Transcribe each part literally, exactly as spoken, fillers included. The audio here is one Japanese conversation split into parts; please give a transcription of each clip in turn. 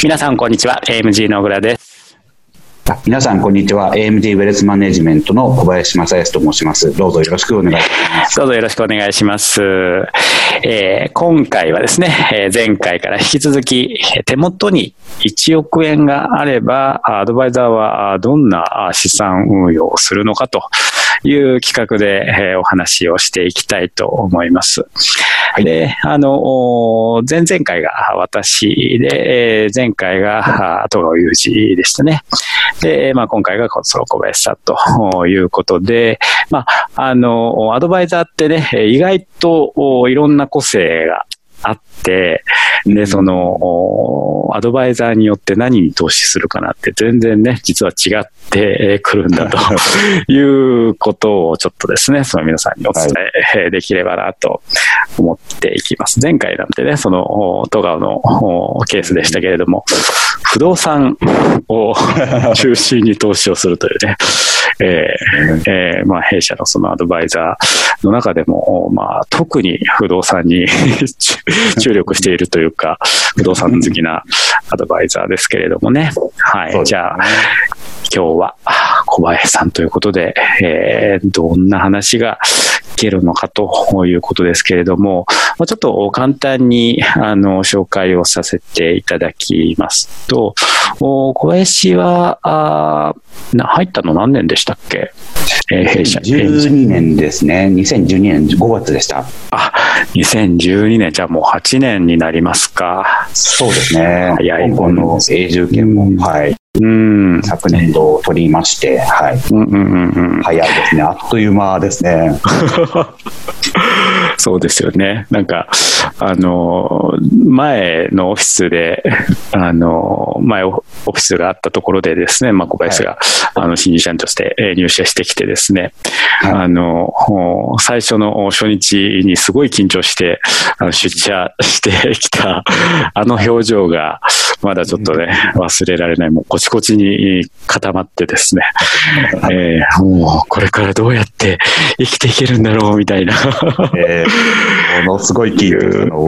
皆さんこんにちは。 エーエムジー の小倉です。 皆さんこんにちは。 エーエムジー ウェルスマネジメントの小林正康と申します。どうぞよろしくお願いします。 どうぞよろしくお願いします。えー、今回はですね、えー、前回から引き続き手元にいちおくえんがあればアドバイザーはどんな資産運用をするのかという企画で、えー、お話をしていきたいと思います。はい、で、あの、前々回が私で、えー、前回が戸川裕二でしたね。で、まあ今回がその小林さんということで、まあ、あの、アドバイザーってね、意外といろんな個性があって、で、その、アドバイザーによって何に投資するかなって全然ね、実は違ってくるんだということをちょっとですね、その皆さんにお伝えできればなと思っていきます。前回なんてね、その、戸川のケースでしたけれども、不動産を中心に投資をするというね、えーえー、まあ弊社のそのアドバイザーの中でも、まあ特に不動産に注力しているというか、不動産好きなアドバイザーですけれどもね。はい。じゃあ、今日は小林さんということで、えー、どんな話が聞けるのかということですけれども、ちょっと簡単にあの紹介をさせていただきますと、小林はあ入ったの何年でしたっけ？ えー、弊社じゅうにねんですね。にせんじゅうにねんごがつでした。 あ、にせんじゅうにねん、じゃあもうはちねんになりますか。 そうですね。早い。香港の永住権も、うん、はい。うん、昨年度取りまして、はい。うんうんうんうん、早いですね。あっという間ですね。 そうですよね。なんか、あの、前のオフィスで、あの、前オフィスがあったところでですね、まあ、小林が、はい、あの、新入社員として入社してきてですね、はい、あの、最初の初日にすごい緊張して、あの出社してきた、あの表情が、まだちょっとね、忘れられない、もうコチコチに固まってですね、えー、もうこれからどうやって生きていけるんだろうみたいな、 えー、ものすごい緊張の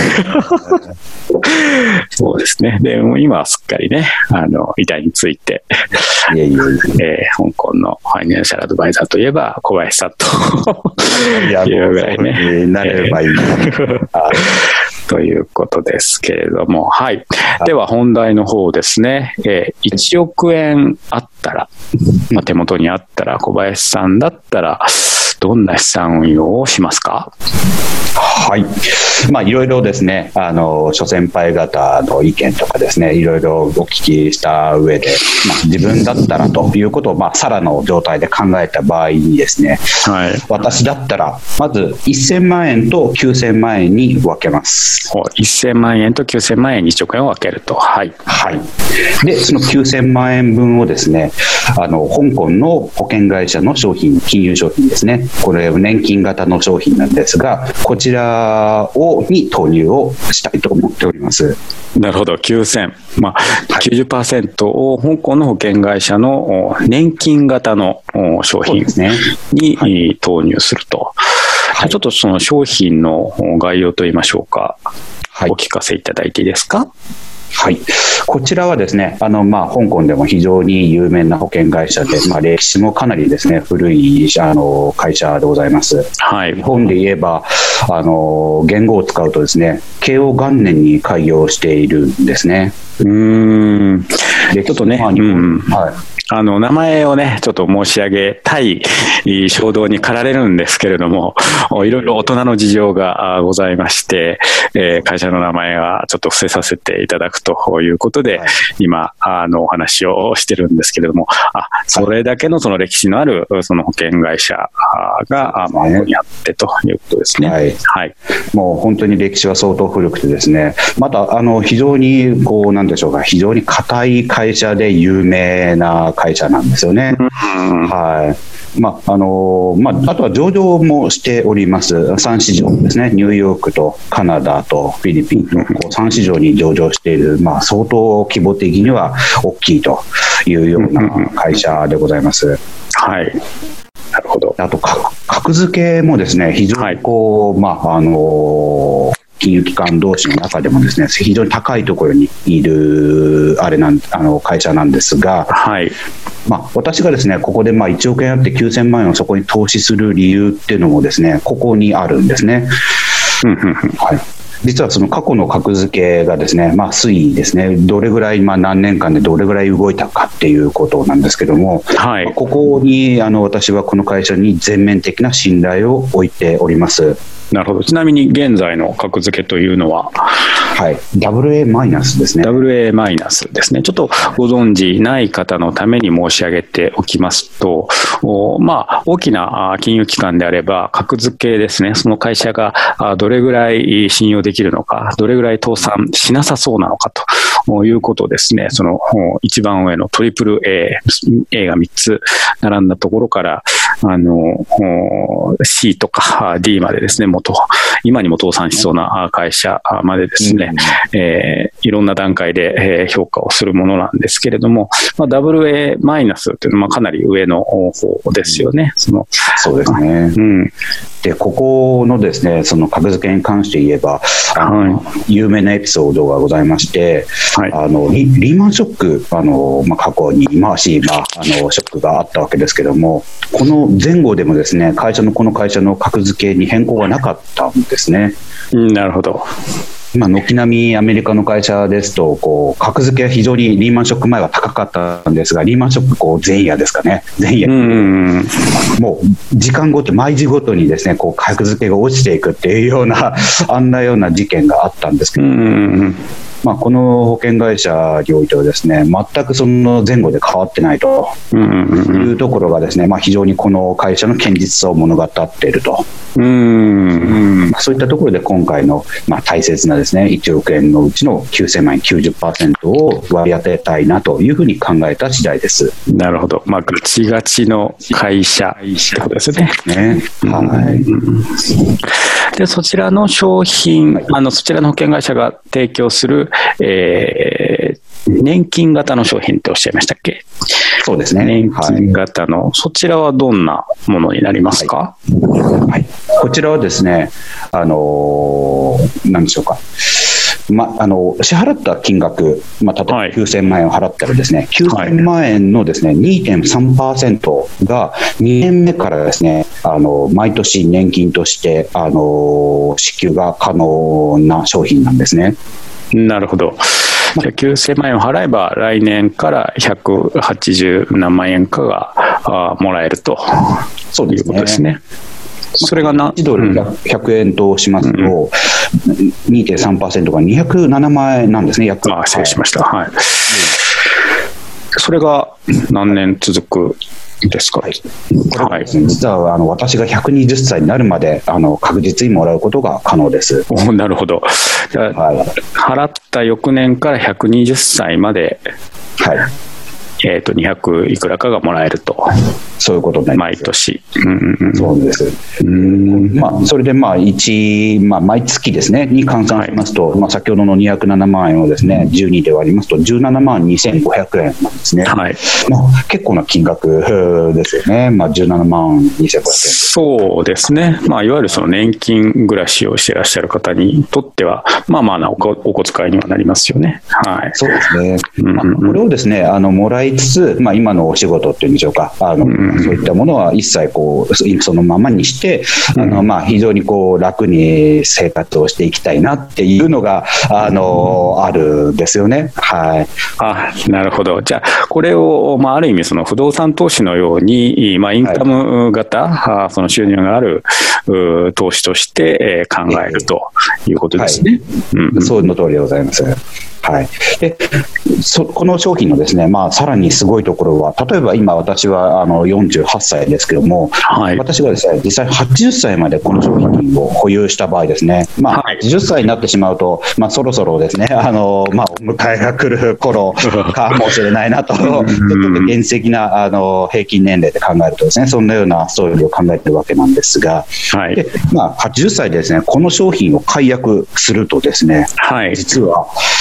そうですね。でも今はすっかりね、あの板について、いやいやいや、えー、香港のファイナンシャルアドバイザーといえば小林さんというぐらいね、 なればいい。 ということですけれども、はい。では本題の方ですね。えー、いちおくえんあったら、まあ、手元にあったら、小林さんだったら、どんな資産運用をしますか？ はい。まあ、いろいろですね、あの、諸先輩方の意見とかですね、いろいろお聞きした上で、まあ、自分だったらということを、まあ、さらの状態で考えた場合にですね、はい、私だったら、まずせんまんえんときゅうせんまんえんに分けます。 せんまんえんときゅうせんまんえんにいちおくえんを分けると。はい。 はい。で、そのきゅうせんまんえんぶんをですね、あの、香港の保険会社の商品、金融商品ですね。これ、年金型の商品なんですが、こちらをに投入をしたいと思っております。 なるほど。きゅうせん、まあ、きゅうじゅっパーセント を香港の保険会社の年金型の商品に投入すると。はい、ちょっとその商品の概要といいましょうか。はい、お聞かせいただいていいですか？ はい、こちらはですね、あの、まあ、香港でも非常に有名な保険会社で、まあ、歴史もかなりですね、古いあの会社でございます。はい、日本で言えば、あの、言語を使うとですね、慶応元年に開業しているんですね。 うーん。ちょっとね、うん、はい。あの、名前をね、ちょっと申し上げたい衝動に駆られるんですけれども、いろいろ大人の事情がございまして、えー、会社の名前はちょっと伏せさせていただくということで、はい、今、あの、お話をしてるんですけれども、あ、それだけのその歴史のある、その保険会社が、まあ、ここにあってということですね。はい。はい。 もう本当に歴史は相当古くてですね、また、あの、非常に、こう、なんでしょうか、非常に固い会社で有名な会社なんですよね。うん、はい。まああのまあ、あとは上場もしておりますさん市場ですね、ニューヨークとカナダとフィリピンのこうさん市場に上場している、まあ、相当規模的には大きいというような会社でございます。 はい。なるほど。 あと格付けもですね、非常にこう、はい、まああの金融機関同士の中でもですね、非常に高いところにいるあれなんあの会社なんですが、 はい、 まあ、私がですねここでまあいちおくえんあってきゅうせんまんえんをそこに投資する理由っていうのもですね、ここにあるんですね。はい、実はその過去の格付けがですね、まあ、推移ですね、どれぐらい、まあ、何年間でどれぐらい動いたかっていうことなんですけども、はい、ここにあの私はこの会社に全面的な信頼を置いております。 なるほど。ちなみに現在の格付けというのは、 はい、ダブルエー マイナスですね。 ダブルエー マイナスですね。ちょっとご存知ない方のために申し上げておきますと、まあ、大きな金融機関であれば、格付けですね、その会社がどれぐらい信用できるのか、どれぐらい倒産しなさそうなのかということですね、その一番上のトリプル A、A がみっつ並んだところから、あの C とか D までですね、もと今にも倒産しそうな会社までですね、うんえー、いろんな段階で評価をするものなんですけれども、まあ、ダブルエー マイナスというのはかなり上の方ですよね。そのそうですね。うん、でここのですね、その格付けに関して言えば、あの、はい、有名なエピソードがございまして、はい、あの リ, リーマンショック、あの、まあ、過去に回し、まあ、あのショックがあったわけですけども、この前後でもですね、会社のこの会社の格付けに変更がなかったんですね。 うん、なるほど。 まあ、軒並みアメリカの会社ですと、こう格付けは非常にリーマンショック前は高かったんですが、リーマンショックこう前夜ですかね、前夜、うんもう時間ごと、毎時ごとにですね、こう格付けが落ちていくっていうような、あんなような事件があったんですけど、うんまあ、この保険会社においてはですね、全くその前後で変わってないというところがですね、まあ、非常にこの会社の堅実さを物語っていると。うんうんそういったところで今回の、まあ、大切なですねいちおくえんのうちのきゅうせんまんえん きゅうじゅっパーセント を割り当てたいなというふうに考えた次第です。 なるほど、まあ、ガチガチの会社ってことですね。 ねはい、うん、 でそちらの商品、はい、あのそちらの保険会社が提供する、えー、年金型の商品っておっしゃいましたっけ？ そうですね。 年金型の、はい、そちらはどんなものになりますか？ はいはい、こちらはですね、あのー、何でしょうか、ま、あの支払った金額、まあ、例えばきゅうせんまんえんを払ったらですね、はい、きゅうせんまんえんのですね にてんさんパーセント がにねんめからですね、あの毎年年金としてあの支給が可能な商品なんですね。 なるほど。じゃあきゅうせんまんえんを払えば来年からひゃくはちじゅうなんまんえんかがあもらえるということですね。それがないちドルひゃくえんとしますと、うん、にてんさんパーセント がにひゃくななまんえんなんですね。約ああ、失礼しました。はい。それが何年続くですか？はい、 はい、実はあの私がひゃくにじゅっさいになるまであの確実にもらうことが可能です。 おなるほど。じゃあ、はい、払った翌年からひゃくにじゅっさいまで、はいえー、とにひゃくいくらかがもらえると。 そういうことになります。 毎年。 うんうん、そうです。うん、まあ、それでまあいち、まあ、毎月ですねに換算しますと、はいまあ、先ほどのにひゃくななまんえんをですねじゅうにで割りますとじゅうななまんにせんごひゃくえんなんですね。はいまあ、結構な金額ですよね。まあ、じゅうななまんにせんごひゃくえん。 そうですね。まあ、いわゆるその年金暮らしをしていらっしゃる方にとってはまあまあなお小遣いにはなりますよね。はい。 そうですね。まあ、これをですねあのもらいつつ、まあ、今のお仕事っていうんでしょうか、あの、うんそういったものは一切こうそのままにして、うん、あのまあ非常にこう楽に生活をしていきたいなっていうのがあのあるんですよね。はい。 あ、なるほど。じゃあこれをまあある意味その不動産投資のようにまあインカム型、はい、その収入がある投資として考えるということですね。 えーはいうん、その通りでございます。はい、でそこの商品のですね、まあ、さらにすごいところは、例えば今私はあのよんじゅうはっさいですけども、はい、私がですね実際はちじゅっさいまでこの商品を保有した場合ですね、まあ、はちじゅっさいになってしまうと、まあ、そろそろですねあの、まあ、お迎えが来る頃かもしれないなとちょっと現実的なあの平均年齢で考えるとですね、そんなようなストーリーを考えているわけなんですが、はいでまあ、はちじゅっさいでですねこの商品を解約するとですね、はい、実は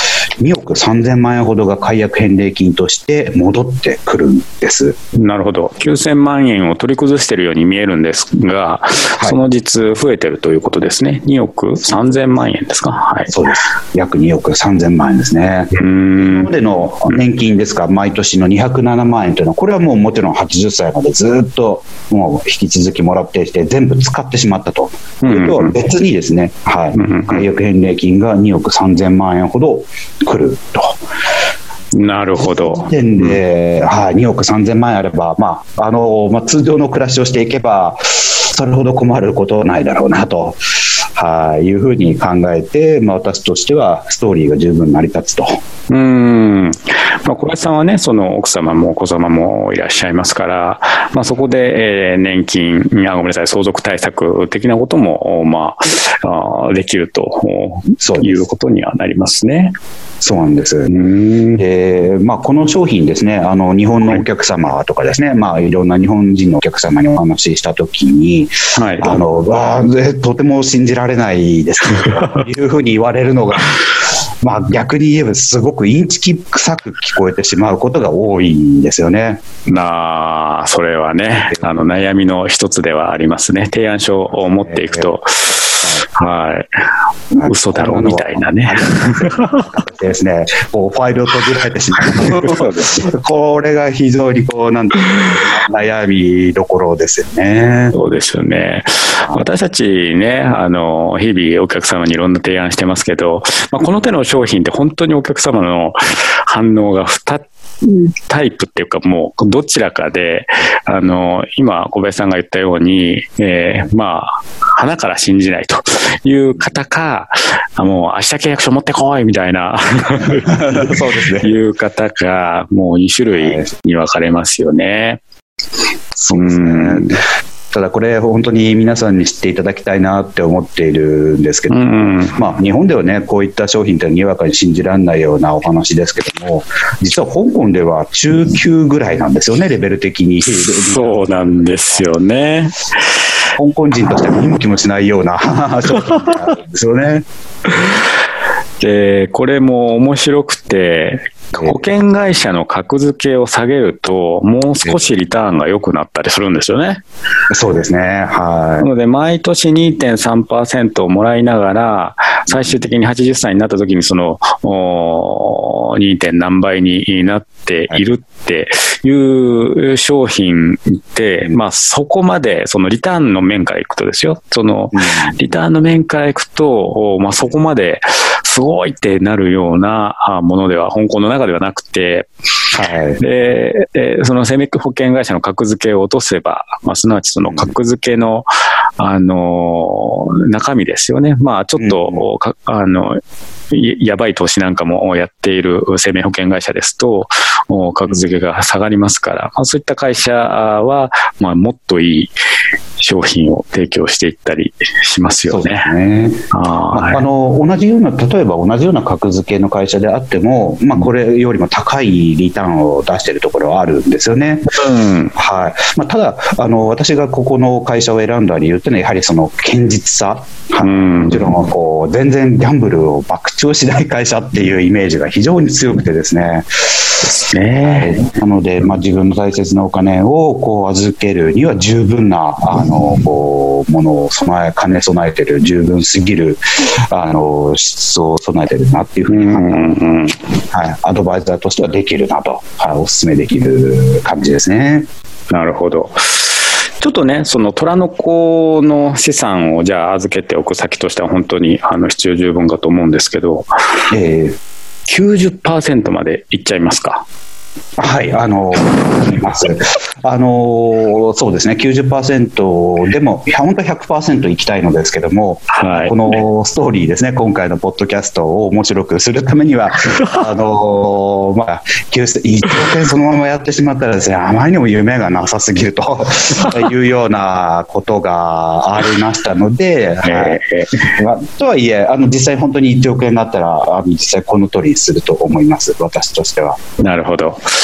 におくさんぜんまんえんほどが解約返礼金として戻ってくるんです。 なるほど。きゅうせんまんえんを取り崩しているように見えるんですが、はい、その実増えてるということですね。におくさんぜんまんえんですか。はい、 そうです。約におくさんぜんまんえんですね。うーん。今までの年金ですか、毎年のにひゃくななまんえんというのは、これはもうもちろんはちじゅっさいまでずっともう引き続きもらってきて、全部使ってしまったと。それとは別にですね、はい、解約返礼金がにおくさんぜんまんえんほど来ると。 なるほど。 時点で、うん、はい、におくさんぜんまんえんあれば、まああのまあ、通常の暮らしをしていけば、それほど困ることはないだろうなと、はい、いうふうに考えて、まあ、私としてはストーリーが十分成り立つと。 うーん、まあ、小林さんはね、その奥様もお子様もいらっしゃいますから、まあ、そこで、えー、年金、あ、ごめんなさい、相続対策的なことも、まあ、あできるということにはなりますね。 そうなんです。で、まあ、この商品ですね、あの日本のお客様とかですね、はい、まあ、いろんな日本人のお客様にお話ししたときに、はい、あのあとても信じられないですねというふうに言われるのが、まあ、逆に言えばすごくインチキ臭く聞こえてしまうことが多いんですよね。 なあ、それはね、あの悩みの一つではありますね。提案書を持っていくと、えー、はい、嘘だろうみたいなね。 ですね、こうファイルを閉じられてしまう。これが非常にこうなんていう悩みどころですよね。 そうですよね。私たちね、あの日々お客様にいろんな提案してますけど、まあ、この手の商品って本当にお客様の反応がふたつタイプっていうか、もうどちらかで、あの今小林さんが言ったように、えー、まあ鼻から信じないという方か、もう明日契約書持ってこいみたいなそうですね、いう方か、もうに種類に分かれますよね。 そうですね。ただこれ本当に皆さんに知っていただきたいなって思っているんですけど、うんうん、まあ、日本ではねこういった商品ってにわかに信じられないようなお話ですけども、実は香港では中級ぐらいなんですよね、レベル的に。 そうなんですよね。 香港人としては見向きもしないような商品なんですよね。 でこれも面白くて、保険会社の格付けを下げるともう少しリターンが良くなったりするんですよね。 そうですね、はい。 なので毎年 にてんさんパーセント をもらいながら、最終的にはちじゅっさいになった時にその に. 点何倍になっているっていう商品って、まあ、そこまでそのリターンの面からいくとですよ、そのリターンの面からいくと、まあ、そこまですごいってなるようなものでは香港の中ではなくて、はい、でその生命保険会社の格付けを落とせば、まあ、すなわちその格付けの、あの中身ですよね。まあちょっと、うん、あのやばい投資なんかもやっている生命保険会社ですと格付けが下がりますから、まあ、そういった会社は、まあ、もっといい商品を提供していったりしますよね。そうですね。 ああの同じような、例えば同じような格付けの会社であっても、まあ、これよりも高いリターンを出しているところはあるんですよね。うん、はい。まあ、ただあの私がここの会社を選んだ理由っていうのはやはりその堅実さ、うん、もちろんこう全然ギャンブルを博打しない会社っていうイメージが非常に強くてですね。ですね。はい、なので、まあ、自分の大切なお金をこう預けるには十分なあのこうものを備え兼ね備えている、十分すぎるあの質を備えているなっていうふうに判断、うんうん、はい、アドバイザーとしてはできるなと、はい、お勧めできる感じですね。 なるほど。ちょっとね、その虎の子の資産をじゃあ預けておく先としては本当にあの必要十分かと思うんですけど、えー、きゅうじゅっパーセント までいっちゃいますか？ はい、あのあのそうですね、きゅうじゅっパーセント でも本当は ひゃくパーセント いきたいのですけども、はい、このストーリーですね、今回のポッドキャストを面白くするためにはあの、まあ、いっおくえんそのままやってしまったらですね、あまりにも夢がなさすぎるというようなことがありましたので、はい、まあ、とはいえあの実際本当にいちおくえんだったらあの実際この通りにすると思います、私としては。 なるほど。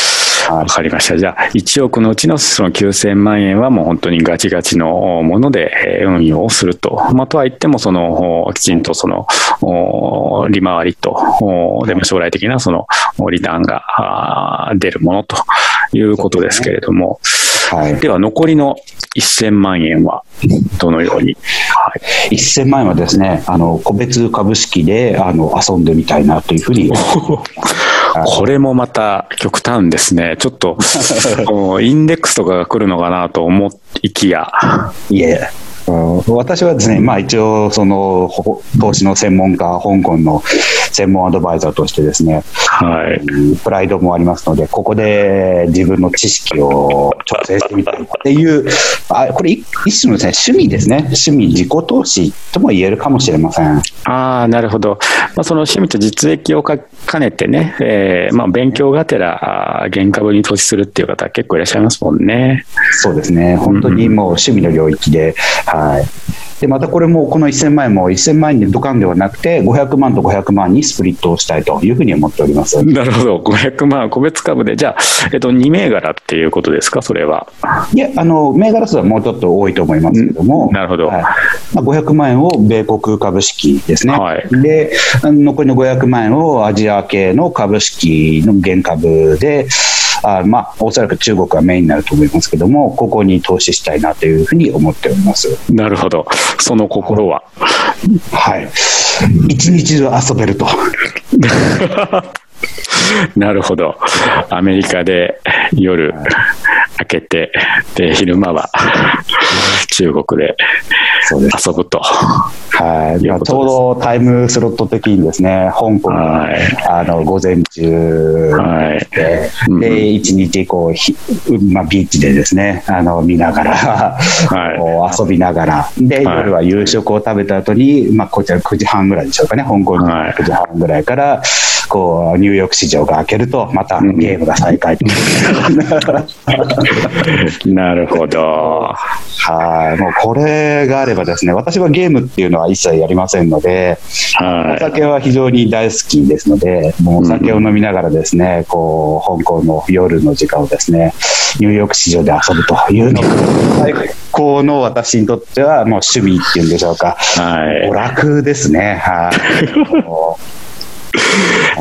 わかりました。じゃあいちおくのうちのそのきゅうせんまんえんはもう本当にガチガチのもので運用をすると。まあ、とは言ってもそのきちんとその利回りとでも将来的なそのリターンが出るものということですけれども、はい、では残りのせんまんえんはどのように、はい、せんまんえんはですね、あの個別株式であの遊んでみたいなというふうにこれもまた極端ですね。ちょっとインデックスとかが来るのかなと思いきや、 いえ、私はですね、まあ、一応その投資の専門家、香港の専門アドバイザーとしてですね、はい、プライドもありますので、ここで自分の知識を調整してみたいっていう、あ、これ一種のですね、趣味ですね、趣味、自己投資とも言えるかもしれません。 ああ、なるほど。まあ、その趣味と実益を兼ねてね、えーまあ、勉強がてら原株に投資するっていう方結構いらっしゃいますもんね。 そうですね、本当にもう趣味の領域で、はい、でまたこれもこのせんまんえんもせんまんえんにドカンではなくてごひゃくまんとごひゃくまんにスプリットをしたいというふうに思っております。 なるほど、ごひゃくまん個別株で、じゃあ、えっと、に銘柄っていうことですか、それは。 いや、あの銘柄数はもうちょっと多いと思いますけども、 なるほど、はい、 まあ、ごひゃくまんえんを米国株式ですね、はい、で残りのごひゃくまんえんをアジア系の株式の原株で、あ、まあ、おそらく中国がメインになると思いますけども、ここに投資したいなというふうに思っております。 なるほど、その心は。 はい、一日中遊べると。 なるほど、アメリカで夜明けて、で昼間は中国で遊ぶと。 はい、ちょうどタイムスロット的にですね、香港の、はい、あの午前中で、はい、で一日こうひ、まあ、ビーチでですね、あの見ながら、はい、遊びながらで、はい、夜は夕食を食べた後に、まあ、こちらくじはんぐらいでしょうかね、香港のくじはんぐらいからこうニューヨーク市場が開けるとまたゲームが再開と、 うん、なるほど。 はい、もうこれがあればですね、私はゲームっていうのは一切やりませんので、はい、お酒は非常に大好きですので、もうお酒を飲みながらですね、うん、こう香港の夜の時間をですね、ニューヨーク市場で遊ぶというのが最高の私にとってはもう趣味っていうんでしょうか、はい、娯楽ですね。はい、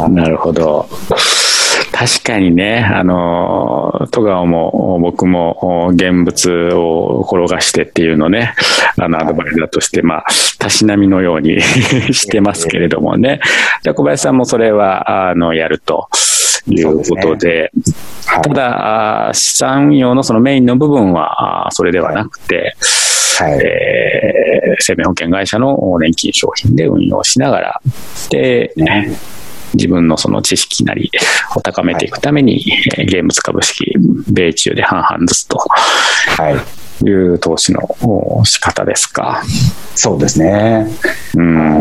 なるほど。確かにね、あの戸川も僕も現物を転がしてっていうのね、あのアドバイザーとしてまあたしなみのようにしてますけれどもね。じゃあ小林さんもそれはあのやるということで、ね、はい、ただ資産運用のそのメインの部分はそれではなくて、はい、えー、生命保険会社の年金商品で運用しながらで、ね、自分のその知識なりを高めていくために、はい、ゲームズ株式米中で半々ずつという投資の仕方ですか。 そうですね、うん、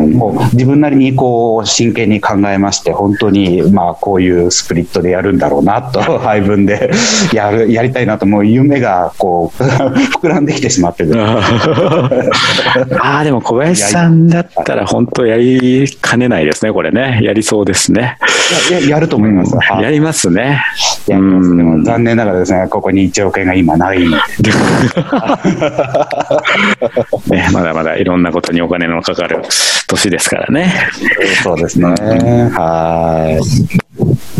もう自分なりにこう真剣に考えまして、本当にまあこういうスプリットでやるんだろうなと配分でやるやりたいなと、もう夢がこう膨らんできてしまってですねああ、でも小林さんだったら本当やりかねないですね、これね。やりそうですね。 や, や, やると思います、 うん、やりますね。 やります。でも残念ながらですね、ここにいちおくえんが今ないね、 まだまだいろんなことにお金のかかる年ですからね。 そうですね、はい、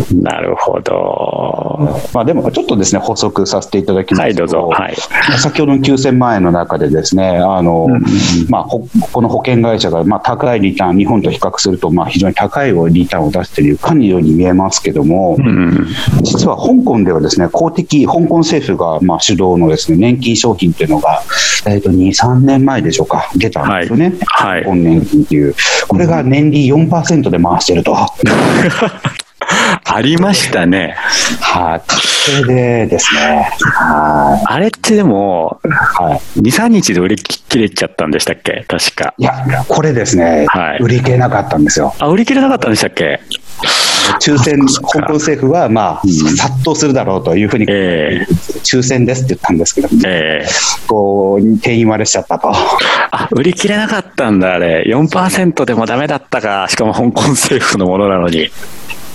なるほど。 まあ、でもちょっとですね補足させていただきますと、 はい、どうぞ。はい、 先ほどのきゅうせんまんえんの中でですね、あの、うんうん、まあ、この保険会社がまあ高いリターン、日本と比較するとまあ非常に高いリターンを出しているかのように見えますけども、うんうん、実は香港ではですね、公的、香港政府がまあ主導のですね年金商品というのが、えー、とに、さんねんまえでしょうか、出たんですよね、はい、香港年金という、これが年利 よんパーセント で回してると。 ありましたね。 はい、それでですね、はい、 あれってでも、はい、に、さんにちで売り切れちゃったんでしたっけ、確か。 いや、これですね、はい、売り切れなかったんですよ。 あ、売り切れなかったんでしたっけ。 抽選、香港政府は、まあ、うん、殺到するだろうというふうに、えー、抽選ですって言ったんですけど、えー、こう定員割れしちゃったと。 あ、売り切れなかったんだ、あれ。よんパーセント でもダメだったか、しかも香港政府のものなのに。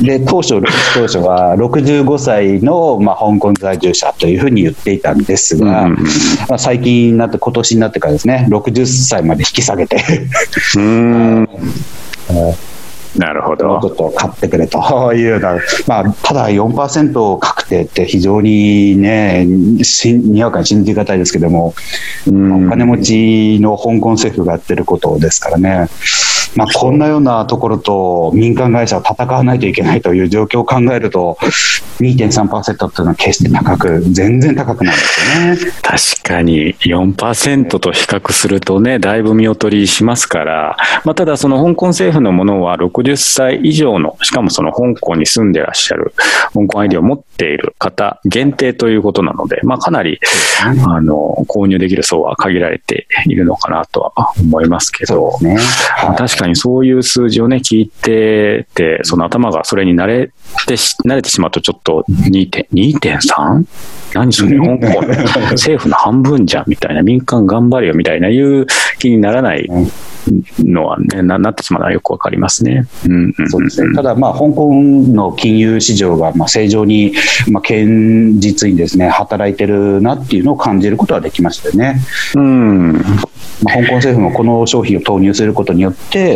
で当初、当初はろくじゅうごさいの、まあ、香港在住者というふうに言っていたんですが、うんまあ、最近になって、今年になってからですね、ろくじゅっさいまで引き下げて、 うーんなるほど。 もうちょっと買ってくれというような、まあ、ただ よんパーセント 確定って非常にね、にわかに信じがたいですけども、お金持ちの香港政府がやってることですからね。まあ、こんなようなところと民間会社は戦わないといけないという状況を考えると にてんさんパーセント というのは決して高く全然高くないですよね。 確かに よんパーセント と比較するとねだいぶ見劣りしますから、まあ、ただその香港政府のものはろくじゅっさい以上のしかもその香港に住んでらっしゃる香港 アイディー を持っている方限定ということなので、まあ、かなりあの購入できる層は限られているのかなとは思いますけど、 そうですね、 はい、確かにそういう数字をね聞いててその頭がそれに慣れてし慣れてしまうとちょっと にてんさん? 何それ香港政府の半分じゃんみたいな民間頑張れよみたいないう気にならないのはね な, なってしまうのはよくわかりますね。うんうんうん、 そうですね。ただまあ香港の金融市場がまあ正常にまあ堅実にですね働いてるなっていうのを感じることはできましたよね。 うんまあ、香港政府もこの商品を投入することによって、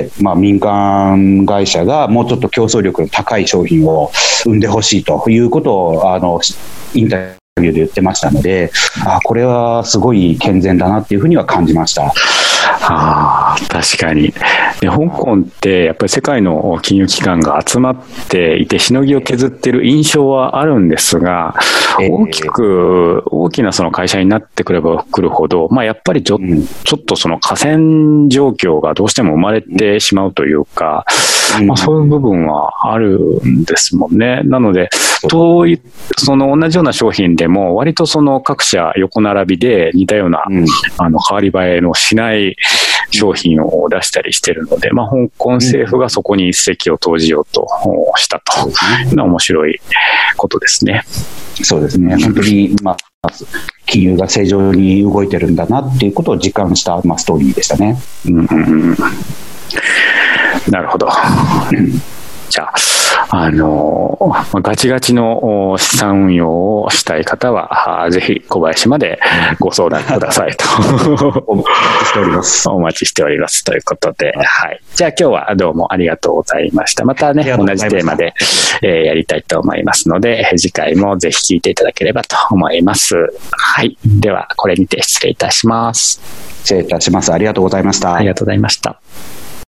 まあ、民間会社がもうちょっと競争力の高い商品を生んでほしいということをあのインタビューで言ってましたので、あこれはすごい健全だなっていうふうには感じました。 あ確かにで香港ってやっぱり世界の金融機関が集まっていてしのぎを削っている印象はあるんですが、大きく大きなその会社になってくればくるほど、まあ、やっぱりちょ、ちょっとその寡占状況がどうしても生まれてしまうというか、まあ、そういう部分はあるんですもんね。なのでとその同じような商品でも割とその各社横並びで似たような、うん、あの変わり映えのしない商品を出したりしているので、まあ、香港政府がそこに一石を投じようとしたというのは面白いことですね。 そうですね。本当に、まあ、金融が正常に動いてるんだなっていうことを実感した、まあ、ストーリーでしたね。 うんうんうん、なるほど。じゃあ、あのガチガチの資産運用をしたい方はぜひ小林までご相談くださいとお待ちしておりますお待ちしておりますということで、はい、じゃあ今日はどうもありがとうございました。またね同じテーマで、えー、やりたいと思いますので次回もぜひ聞いていただければと思います。はい、ではこれにて失礼いたします。 失礼いたします。ありがとうございました。 ありがとうございました。